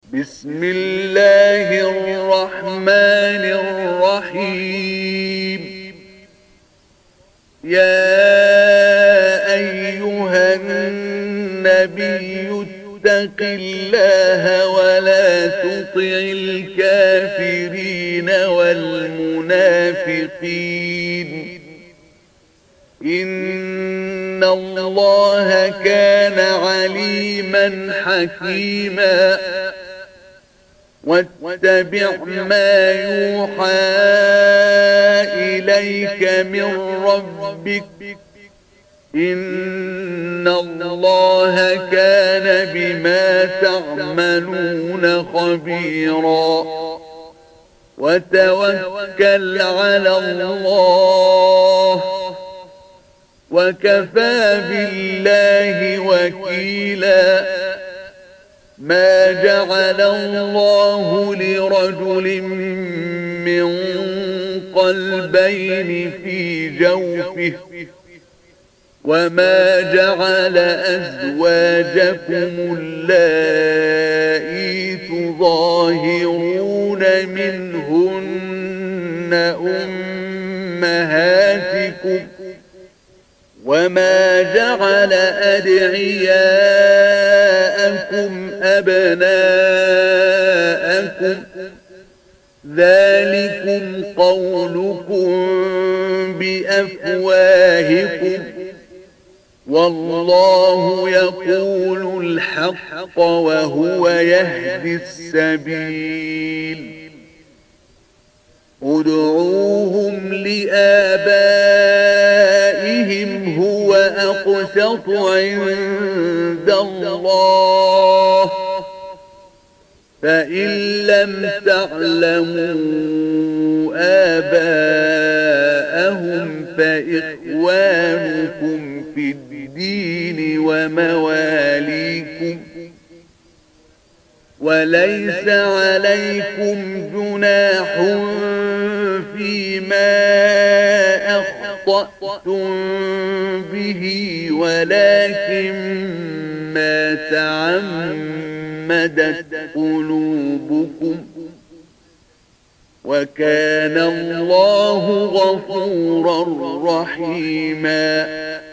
بسم الله الرحمن الرحيم. يا أيها النبي اتق الله ولا تطع الكافرين والمنافقين، إن الله كان عليما حكيما. واتبع ما يوحى إليك من ربك، إن الله كان بما تعملون خبيرا. وتوكل على الله، وكفى بالله وكيلا. ما جعل الله لرجل من قلبين في جوفه، وما جعل أزواجكم اللائي تظاهرون منهن أمهاتكم، وما جعل أدعياءكم أبناءكم، ذلكم قولكم بأفواهكم، والله يقول الحق وهو يهدي السبيل. ادعوهم لآبائهم هو أقسط عند الله، فإن لم تعلموا آباءهم فإخوانكم في الدين ومواليكم، وليس عليكم جناح فيما أخطأتم به، ولكن ما تعمدت قلوبكم، وكان الله غفورا رحيما.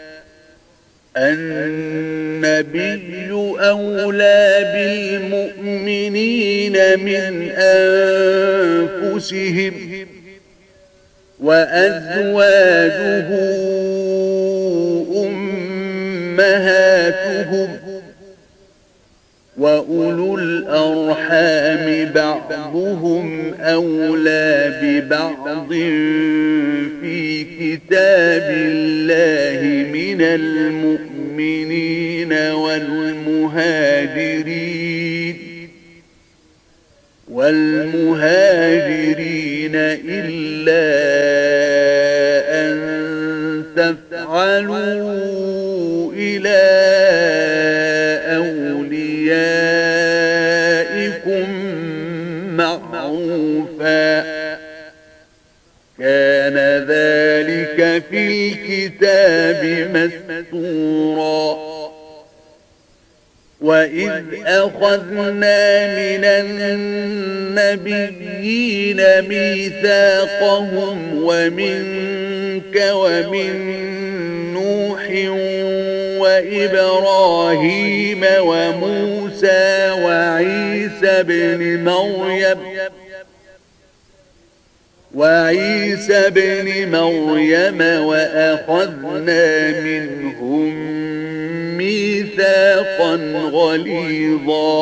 النبي أولى بالمؤمنين من أنفسهم، وأزواجه أمهاتهم، وأولو الأرحام بعضهم أولى ببعض في كتاب الله من المؤمنين والمهاجرين إلا أن تفعلوا إلى أوليائكم معروفا، كان ذلك في الكتاب مسطورا. وإذ أخذنا من النبيين ميثاقهم ومنك ومن نوح وإبراهيم وموسى وعيسى بن مريم وأخذنا منهم ميثاقا غليظا،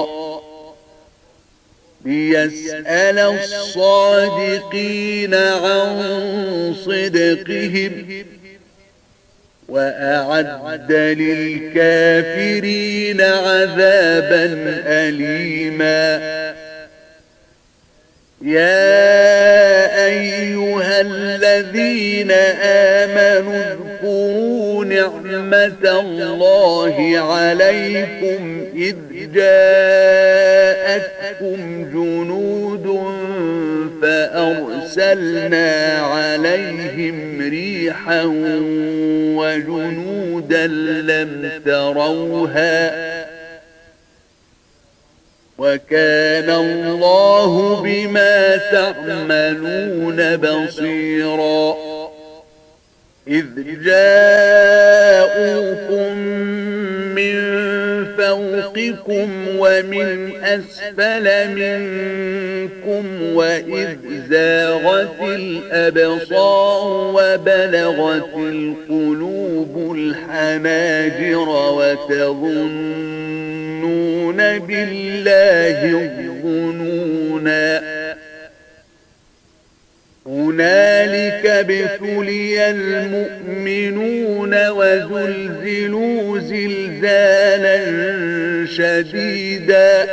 ليسأل الصادقين عن صدقهم، وأعد للكافرين عذابا أليما. يا أيها الذين آمنوا اذكروا نعمة الله عليكم إذ جاءتكم جنود فأرسلنا عليهم ريحا وجنودا لم تروها وكان الله بما تعملون بصيرا إذ جاءوكم من فوقكم ومن أسفل منكم وإذ زاغت الأبصار وبلغت القلوب الحناجر وتظنون بالله الظنونا هنالك ابتلي المؤمنون وزلزلوا زلزالا شديدا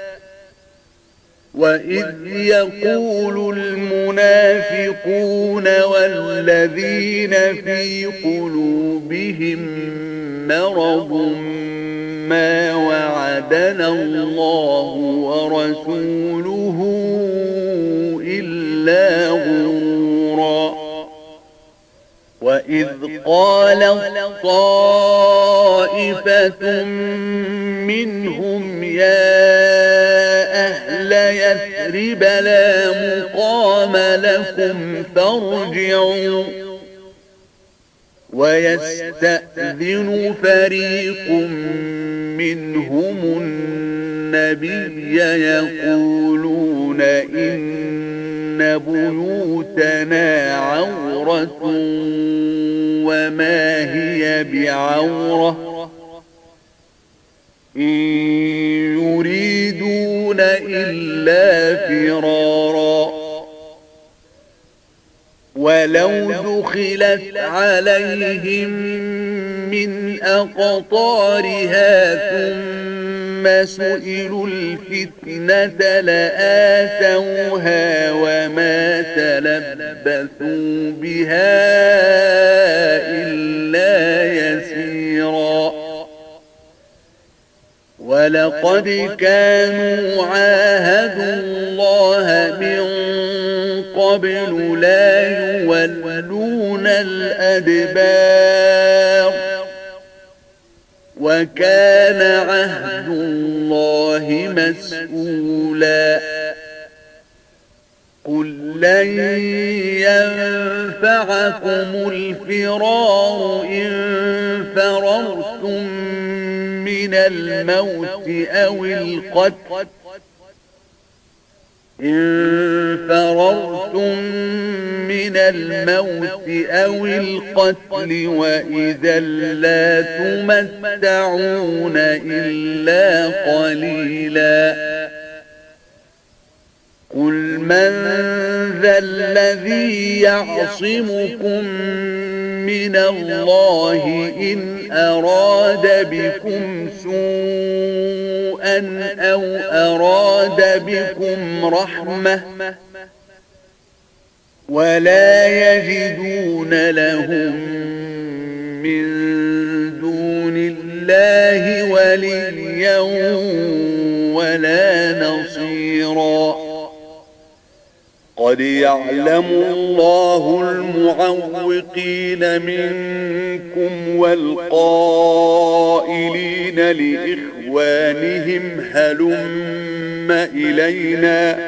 وإذ يقول المنافقون والذين في قلوبهم مرض ما وعدنا الله ورسوله إلا غرورا وإذ قالت طائفة منهم يا أهل يثرب لا مقام لكم فارجعوا ويستأذن فريق منهم النبي يقولون إن بيوتنا عورة وما هي بعورة إن يريدون إلا فرارا ولو دخلت عليهم من أقطارها ثم سئلوا الفتنة لآتوها وما تلبثوا بها إلا يسيرا ولقد كانوا عاهدوا الله من قبل لا يولون الأدبار وكان عهد الله مسؤولا قل لن ينفعكم الفرار إن فررتم من الموت أو القتل إن فررتم من الموت أو القتل وإذا لا تمتعون إلا قليلا قل من ذا الذي يعصمكم من الله إن أراد بكم سوءا أو أراد بكم رحمة ولا يجدون لهم من دون الله وليا ولا نصيرا قد يعلم الله المعوقين منكم والقائلين لإخوانهم هلم إلينا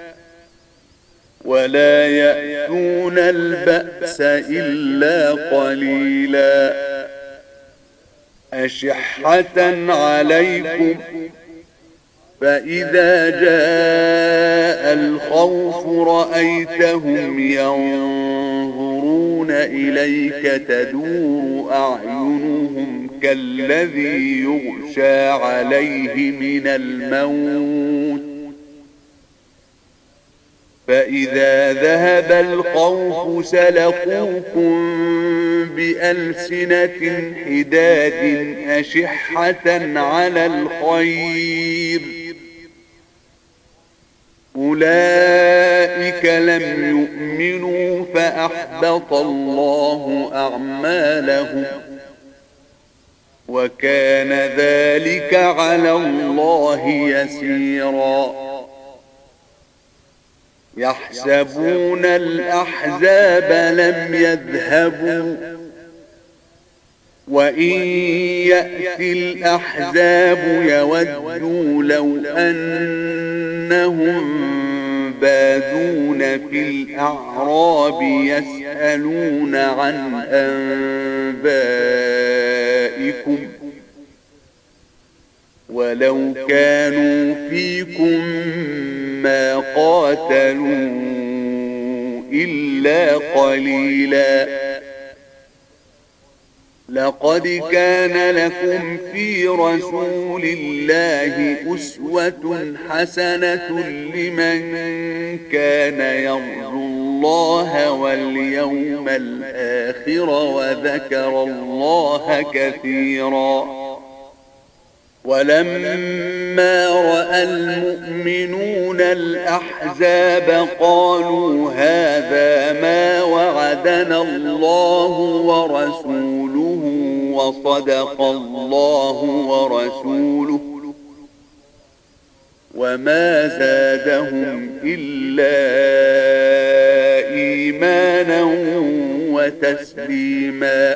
ولا يأتون البأس إلا قليلا أشحة عليكم فإذا جاء الخوف رأيتهم ينظرون إليك تدور أعينهم كالذي يغشى عليه من الموت فإذا ذهب الخوف سلقوكم بألسنة حداد أشحة على الخير أولئك لم يؤمنوا فأحبط الله أعمالهم وكان ذلك على الله يسيرا يحسبون الأحزاب لم يذهبوا وإن يأتي الأحزاب يودوا لو أنهم بادون في الأعراب يسألون عن أنبائكم ولو كانوا فيكم ما قاتلوا إلا قليلا لقد كان لكم في رسول الله أسوة حسنة لمن كان يرجو الله واليوم الآخر وذكر الله كثيرا ولما رأى المؤمنون الأحزاب قالوا هذا ما وعدنا الله ورسوله وصدق الله ورسوله وما زادهم إلا إيمانا وتسليما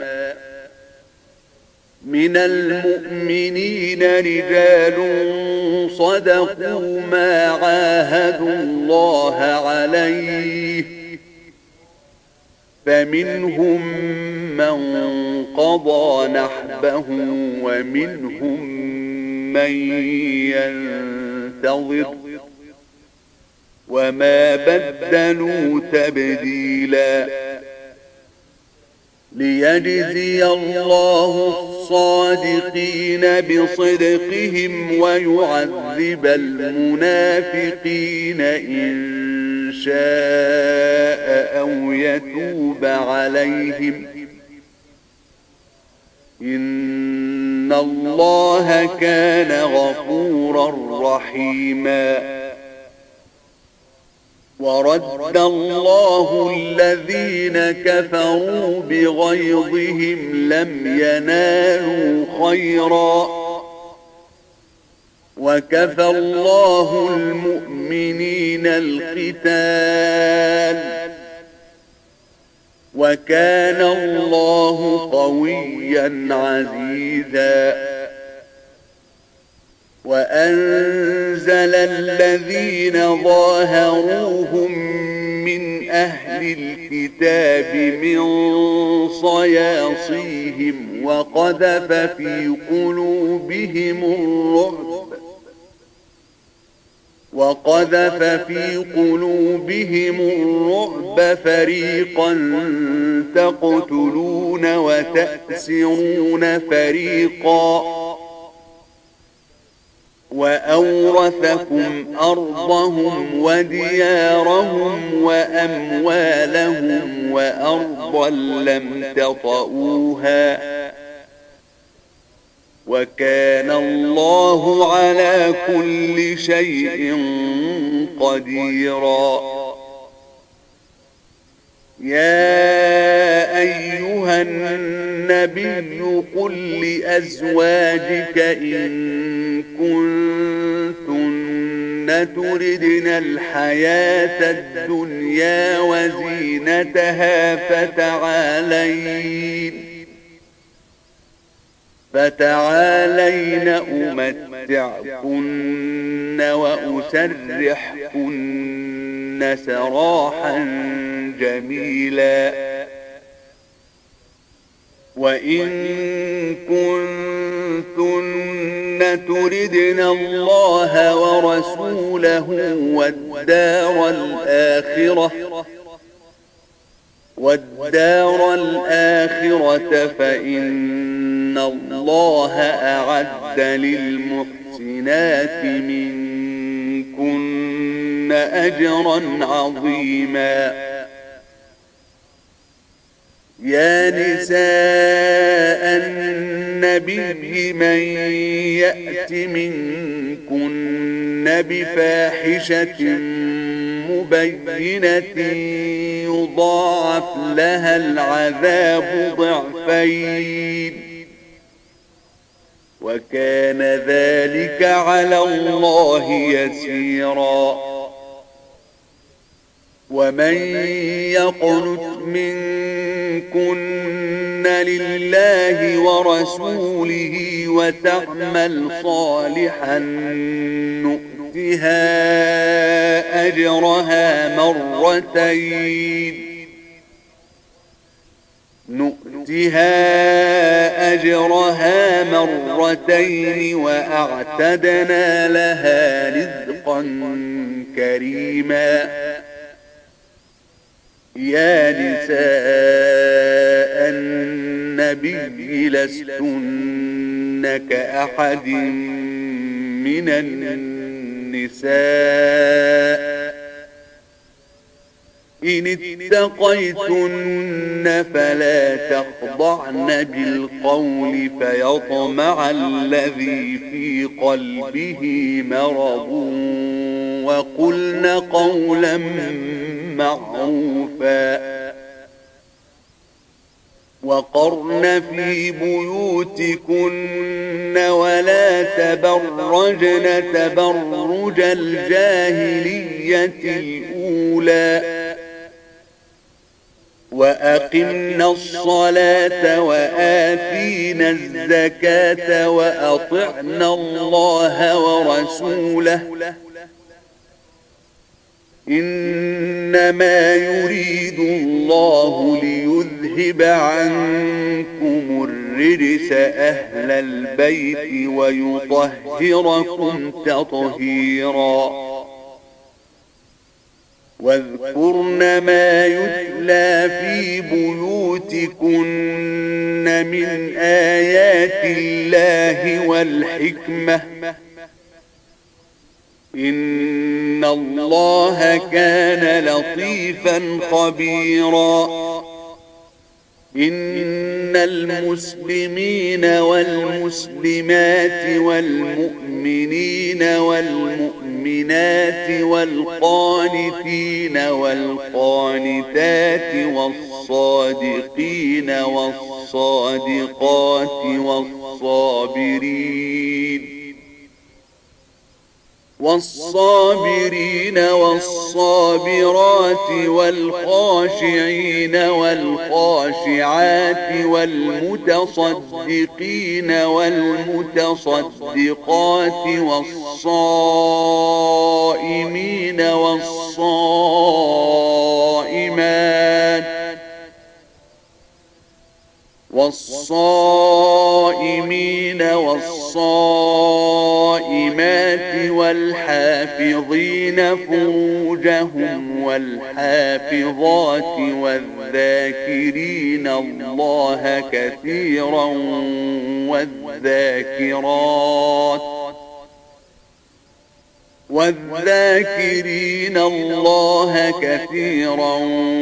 من المؤمنين رجال صدقوا ما عاهدوا الله عليه فمنهم من قضى نحبه ومنهم من ينتظر وما بدلوا تبديلا ليجزي الله الصادقين بصدقهم ويعذب المنافقين إن شاء أو يتوب عليهم إن الله كان غفورا رحيما ورد الله الذين كفروا بغيظهم لم ينالوا خيرا وكفى الله المؤمنين القتال وكان الله قويا عزيزا وأنزل الذين ظاهروهم من أهل الكتاب من صياصيهم وقذف في قلوبهم الرعب فريقا تقتلون وتأسرون فريقا وأورثكم أرضهم وديارهم وأموالهم وأرضا لم تطئوها وكان الله على كل شيء قديرا يا أيها النبي قل لأزواجك إن كنتن تردن الحياة الدنيا وزينتها فتعالين أمتعكن وأسرحكن سراحا جميلا وإن كنتن تردن الله ورسوله والدار الآخرة فإن الله أعد للمحسنات منكن أجرا عظيما يا نساء النبي من يأت منكن بفاحشة مبينة يضاعف لها العذاب ضعفين وكان ذلك على الله يسيرا ومن يقنت منكن لله ورسوله وتعمل صالحا نؤتها أجرها مرتين وأعتدنا لها رزقا كريما. يا نساء النبي لستن كأحد من النساء إن اتقيتن فلا تخضعن بالقول فيطمع الذي في قلبه مرض وقلن قولا معروفا وقرن في بيوتكن ولا تبرجن تبرج الجاهلية الأولى وأقمنا الصلاة وآتينا الزكاة وأطعنا الله ورسوله إنما يريد الله ليذهب عنكم الرجس أهل البيت ويطهركم تطهيرا. واذكرن ما يتلى في بيوتكن من آيات الله والحكمة إن الله كان لطيفا خبيرا. إن المسلمين والمسلمات والمؤمنين والمؤمنات والقانتين والقانتات والصادقين والصادقات والصابرين والصابرات والخاشعين والخاشعات والمتصدقين والمتصدقات والصائمين والصائمات والحافظين فروجهم والحافظات والذاكرين الله كثيرا والذاكرين الله كثيرا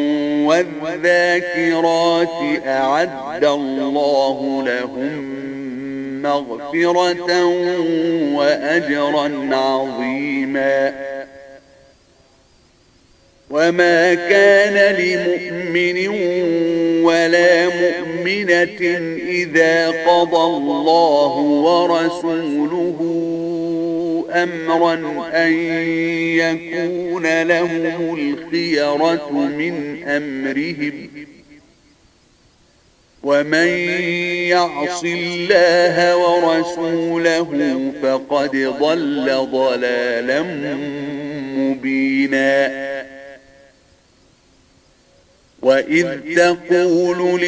والذاكرات أعد الله لهم مغفرة وأجرا عظيما. وما كان لمؤمن ولا مؤمنة إذا قضى الله ورسوله أمرا أن يكون لهم الخيرة من أمرهم ومن يعص الله ورسوله فقد ضل ضلالا مبينا. وإذ تقول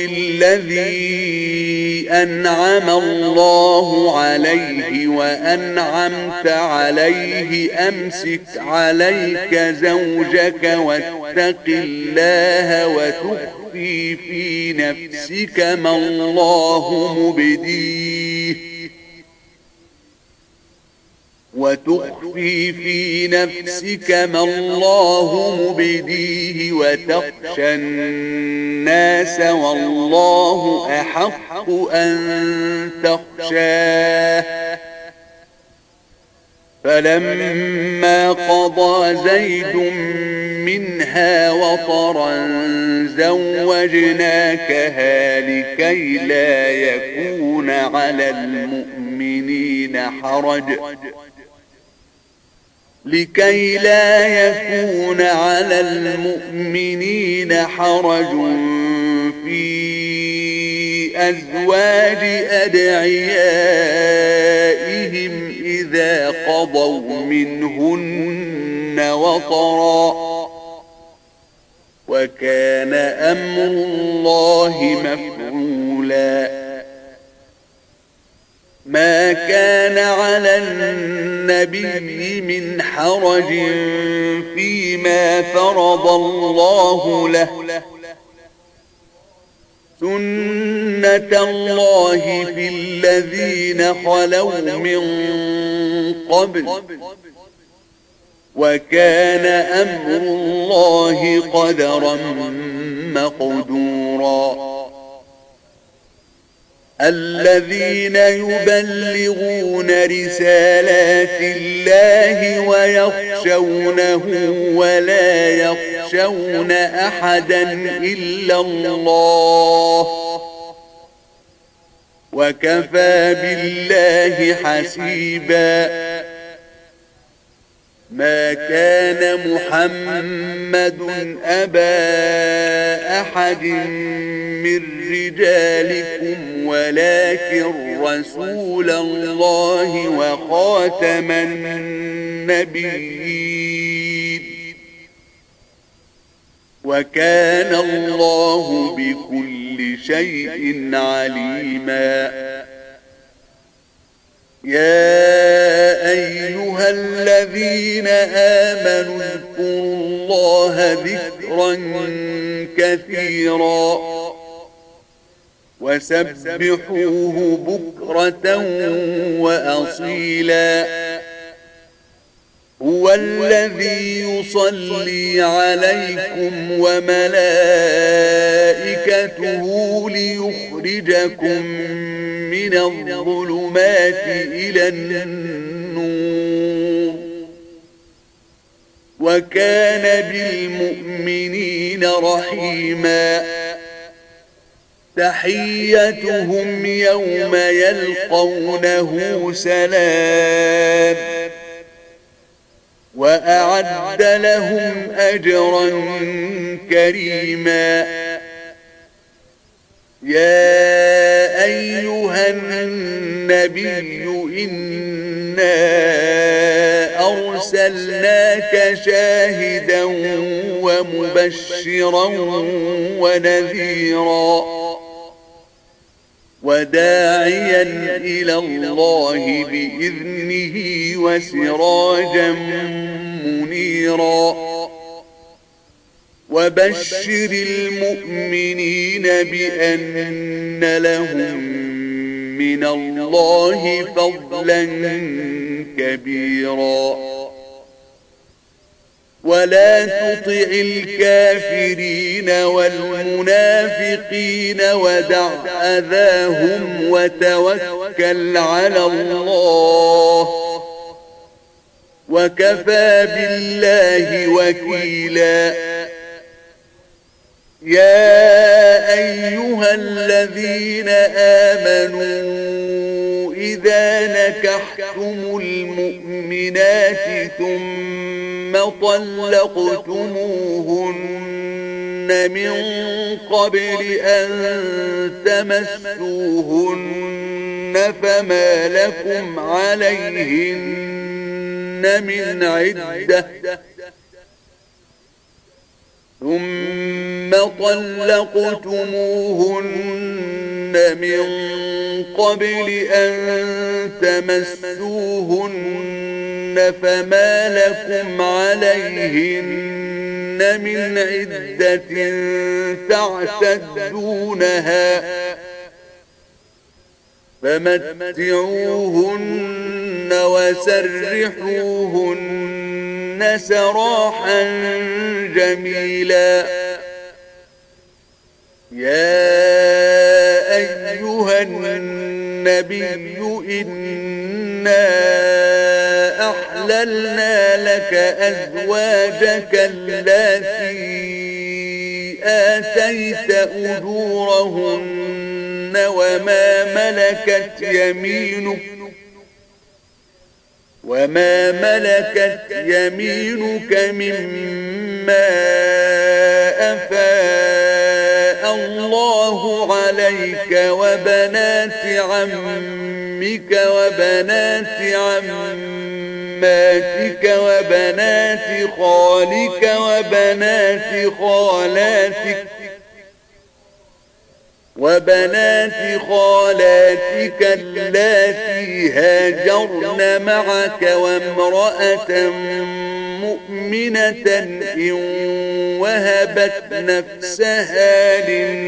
للذي أنعم الله عليه وأنعمت عليه أمسك عليك زوجك واتق الله وتخفي في نفسك ما الله مبديه وتخشى الناس والله أحق أن تخشاه. فلما قضى زيد منها وطرا زوجناكها لكي لا يكون على المؤمنين حرج لكي لا يكون على المؤمنين حرج في أزواج أدعيائهم إذا قضوا منهن وطرا وكان أمر الله مفعولا ما كان على النبي من حرج فيما فرض الله له سنة الله في الذين خلوا من قبل وكان أمر الله قدرا مقدورا الذين يبلغون رسالات الله ويخشونه ولا يخشون أحدا إلا الله وكفى بالله حسيبا ما كان محمد أبا أحد من رجالكم ولكن رسول الله وخاتم النبيين وكان الله بكل شيء عليما يا أيها الذين آمنوا اذكروا الله ذكرا كثيرا وسبحوه بكرة وأصيلا هو الذي يصلي عليكم وملائكته ليخرجكم من الظلمات إلى النور وكان بالمؤمنين رحيما تحيتهم يوم يلقونه سلام وأعد لهم أجرا كريما يا أيها النبي إنا أرسلناك شاهدا ومبشرا ونذيرا وداعيا إلى الله بإذنه وسراجا منيرا وبشر المؤمنين بأن لهم من الله فضلا كبيرا ولا تطع الكافرين والمنافقين ودع أذاهم وتوكل على الله وكفى بالله وكيلا يا أيها الذين آمنوا إذا نكحتم المؤمنات ثم طلقتموهن من قبل أن تمسوهن فما لكم عليهن من عدة ثم طلقتموهن من قبل أن تمسوهن فما لكم عليهن من عدة تعتدونها فمتعوهن وسرحوهن سراحا جميلا يا أيها النبي إنا أحللنا لك أزواجك التي آتيت أجورهن وما ملكت يمينك وما ملكت يمينك مما أفاء الله عليك وبنات عمك وبنات عماتك وبنات خالك وبنات خالاتك اللاتي هاجرن معك وامرأة مؤمنة إن وهبت نفسها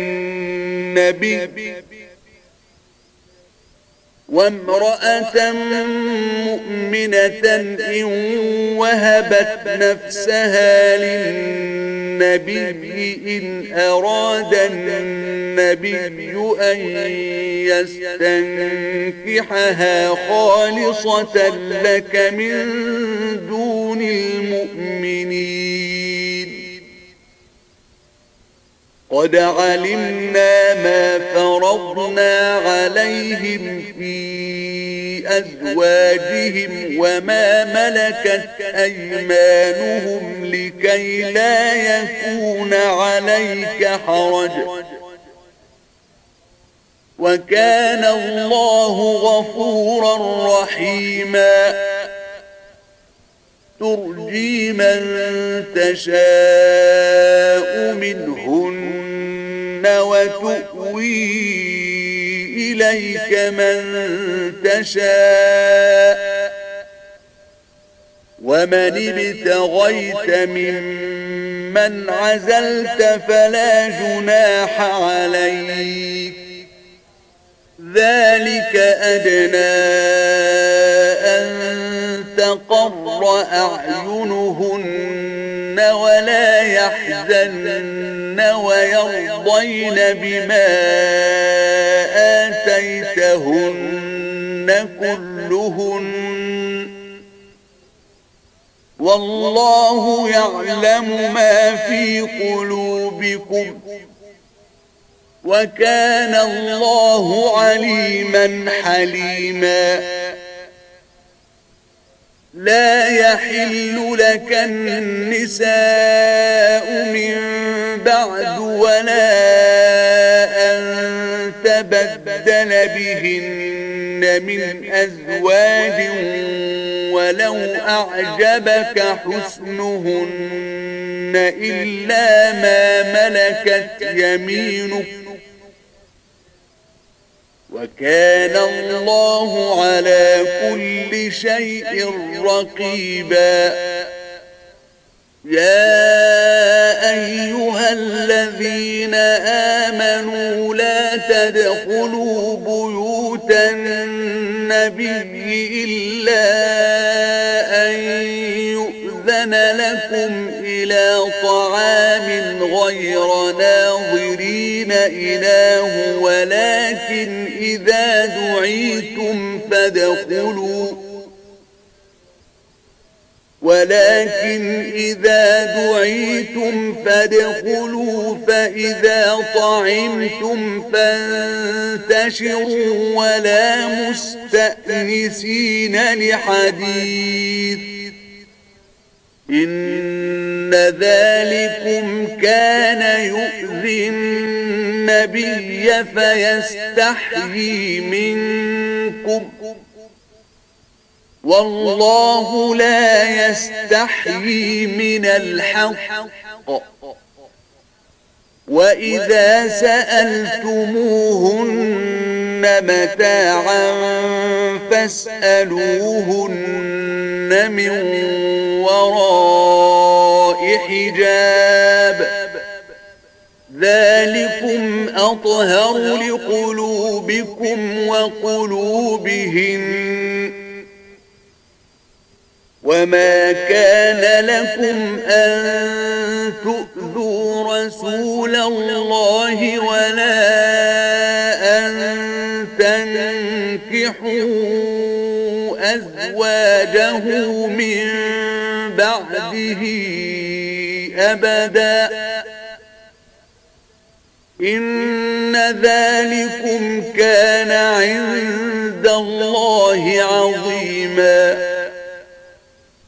للنبي إن أراد النبي أن يستنكحها خالصة لك من دون المؤمنين. قد علمنا ما فرضنا عليهم في أزواجهم وما ملكت أيمانهم لكي لا يكون عليك حرج، وكان الله غفورا رحيما. ترجي من تشاء منهن وتؤوي إليك من تشاء، ومن ابتغيت ممن عزلت فلا جناح عليك، ذلك أدنى أن تقر أعينهن ولا يحزن ويرضين بما آتيتهن كلهن، والله يعلم ما في قلوبكم، وكان الله عليما حليما. لا يحل لك النساء من بعد ولا أن تبدل بهن من أزواج ولو أعجبك حسنهن إلا ما ملكت يمينك، وكان الله على كل شيء رقيبا. يا أيها الذين آمنوا لا تدخلوا بيوت النبي إلا أن يؤذن لكم إلى طعام غير ناظرين إناه، ولكن إذا دعيتم فادخلوا فإذا طعمتم فانتشروا ولا مستأنسين لحديث، إن ذلكم كان يؤذي النبي فيستحيي منكم، والله لا يستحيي من الحق. وإذا سألتموهن متاعا فاسألوهن من وراء حجاب، ذلكم أطهر لقلوبكم وقلوبهن. وما كان لكم أن تؤذوا رسول الله ولا أن تنكحوا أزواجه من بعده أبدا، إن ذلكم كان عند الله عظيما.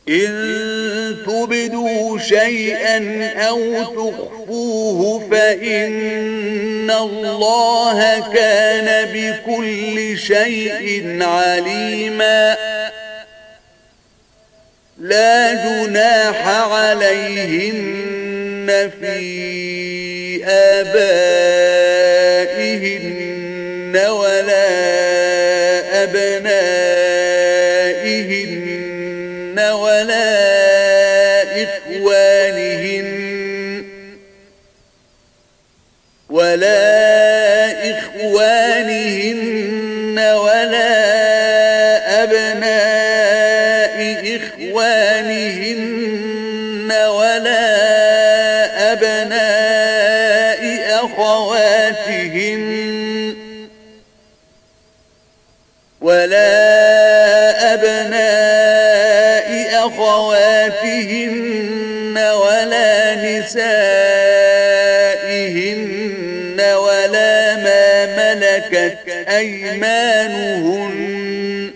إن تبدوا شيئا أو تخفوه فإن الله كان بكل شيء عليما لا جناح عليهن في آبائهن ولا أبنائهن ولا إخوانهن ولا أبناء إخوانهن ولا أبناء أخواتهن ولا نسائهن ولا ما ملكت أيمانهن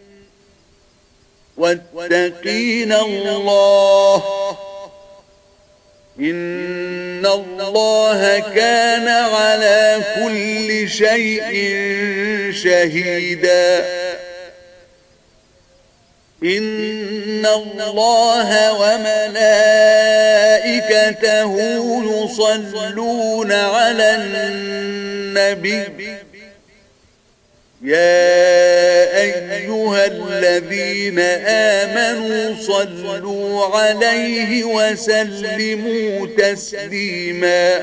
واتقين الله إن الله كان على كل شيء شهيدا إن الله وملائكته يصلون على النبي يا أيها الذين آمنوا صلوا عليه وسلموا تسليما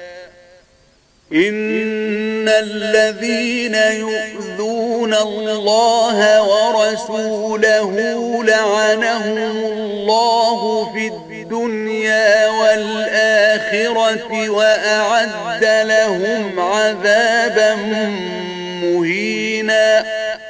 إن الذين يؤذون الله ورسوله لعنهم الله في الدنيا والآخرة وأعد لهم عذابا مهينا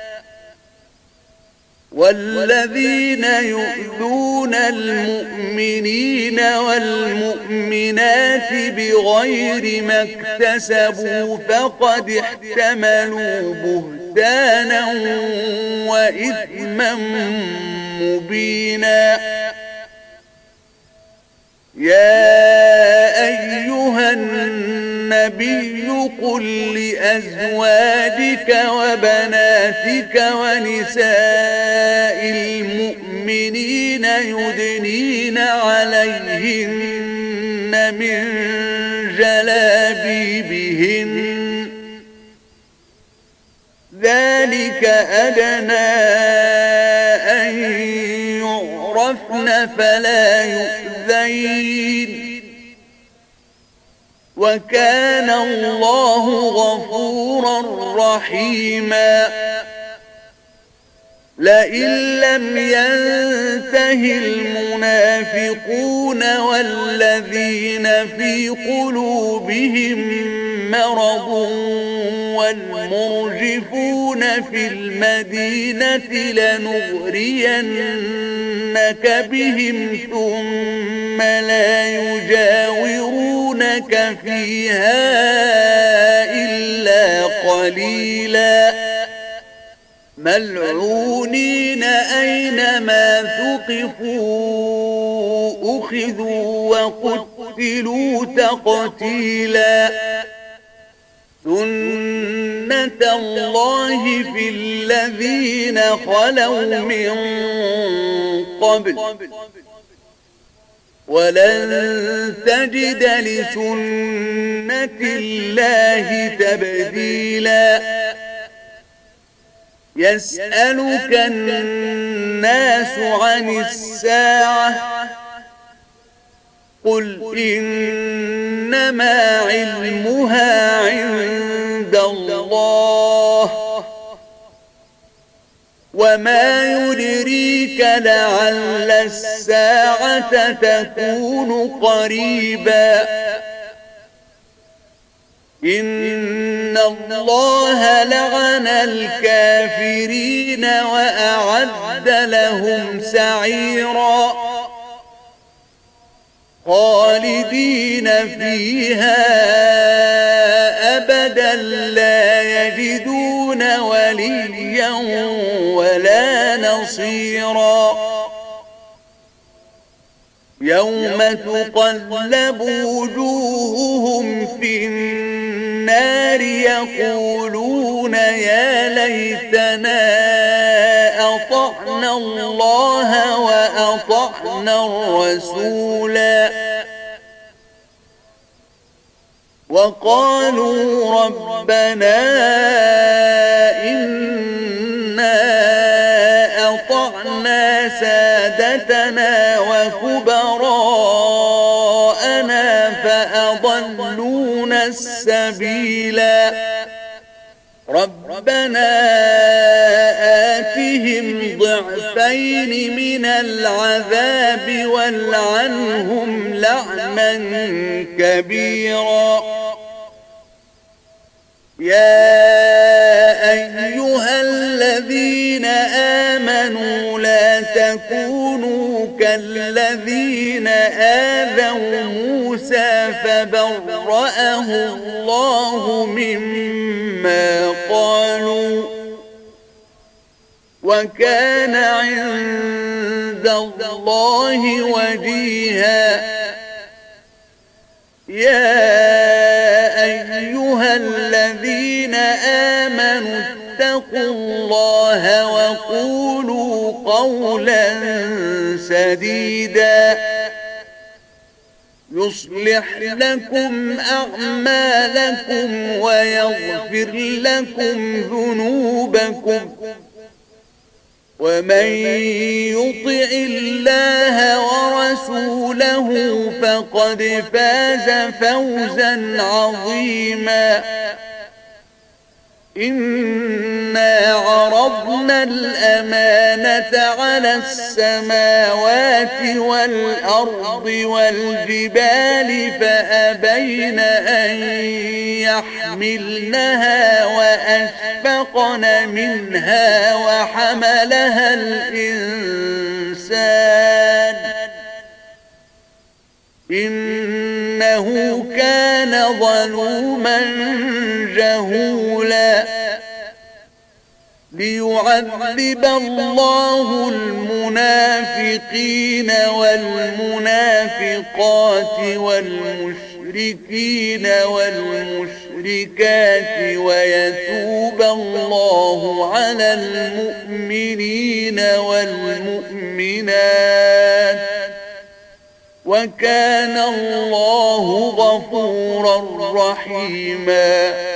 والذين يؤذون المؤمنين والمؤمنات بغير ما اكتسبوا فقد احتملوا بهتانا وإثما مبينا يا أيها النبي قل لأزواجك وبناتك ونساء المؤمنين يدنين عليهن من جلابيبهن ذلك أدنى أن يعرفن فلا يؤذين وكان الله غفورا رحيما لئن لم ينته المنافقون والذين في قلوبهم مرض والمرجفون في المدينة لنغرينك بهم ثم لا يجاورونك فيها إلا قليلا ملعونين أينما ثقفوا أخذوا وقتلوا تقتيلا سنة الله في الذين خلوا من قبل ولن تجد لسنة الله تبديلا يسألك الناس عن الساعة قل إنما علمها عند الله وما يدريك لعل الساعة تكون قريبا إن الله لعن الكافرين وأعد لهم سعيرا خالدين فيها أبدا لا يجدون وليا ولا نصيرا يوم تقلب وجوههم في النار يقولون يا ليتنا أطعنا الله وأطعنا الرسولا وقالوا ربنا إنا أطعنا سادتنا وكبراءنا فأضلونا السبيلا ربنا آتهم ضعفين من العذاب والعنهم لعنا كبيرا يا أيها الذين آمنوا لا تكونوا كالذين آذوا موسى فبرأه الله مما قالوا وكان عند الله وجيها يا أيها الذين آمنوا اتقوا الله وقولوا قولا سديدا يصلح لكم أعمالكم ويغفر لكم ذنوبكم ومن يطع الله ورسوله فقد فاز فوزا عظيما إنا عرضنا الأمانة على السماوات والأرض والجبال فأبين أن يحملنها وأشفقن منها وحملها الإنسان إنه كان ظلوما جهولا ليعذب الله المنافقين والمنافقات والمشركين والمشركات ويتوب الله على المؤمنين والمؤمنات وكان الله غفورا رحيما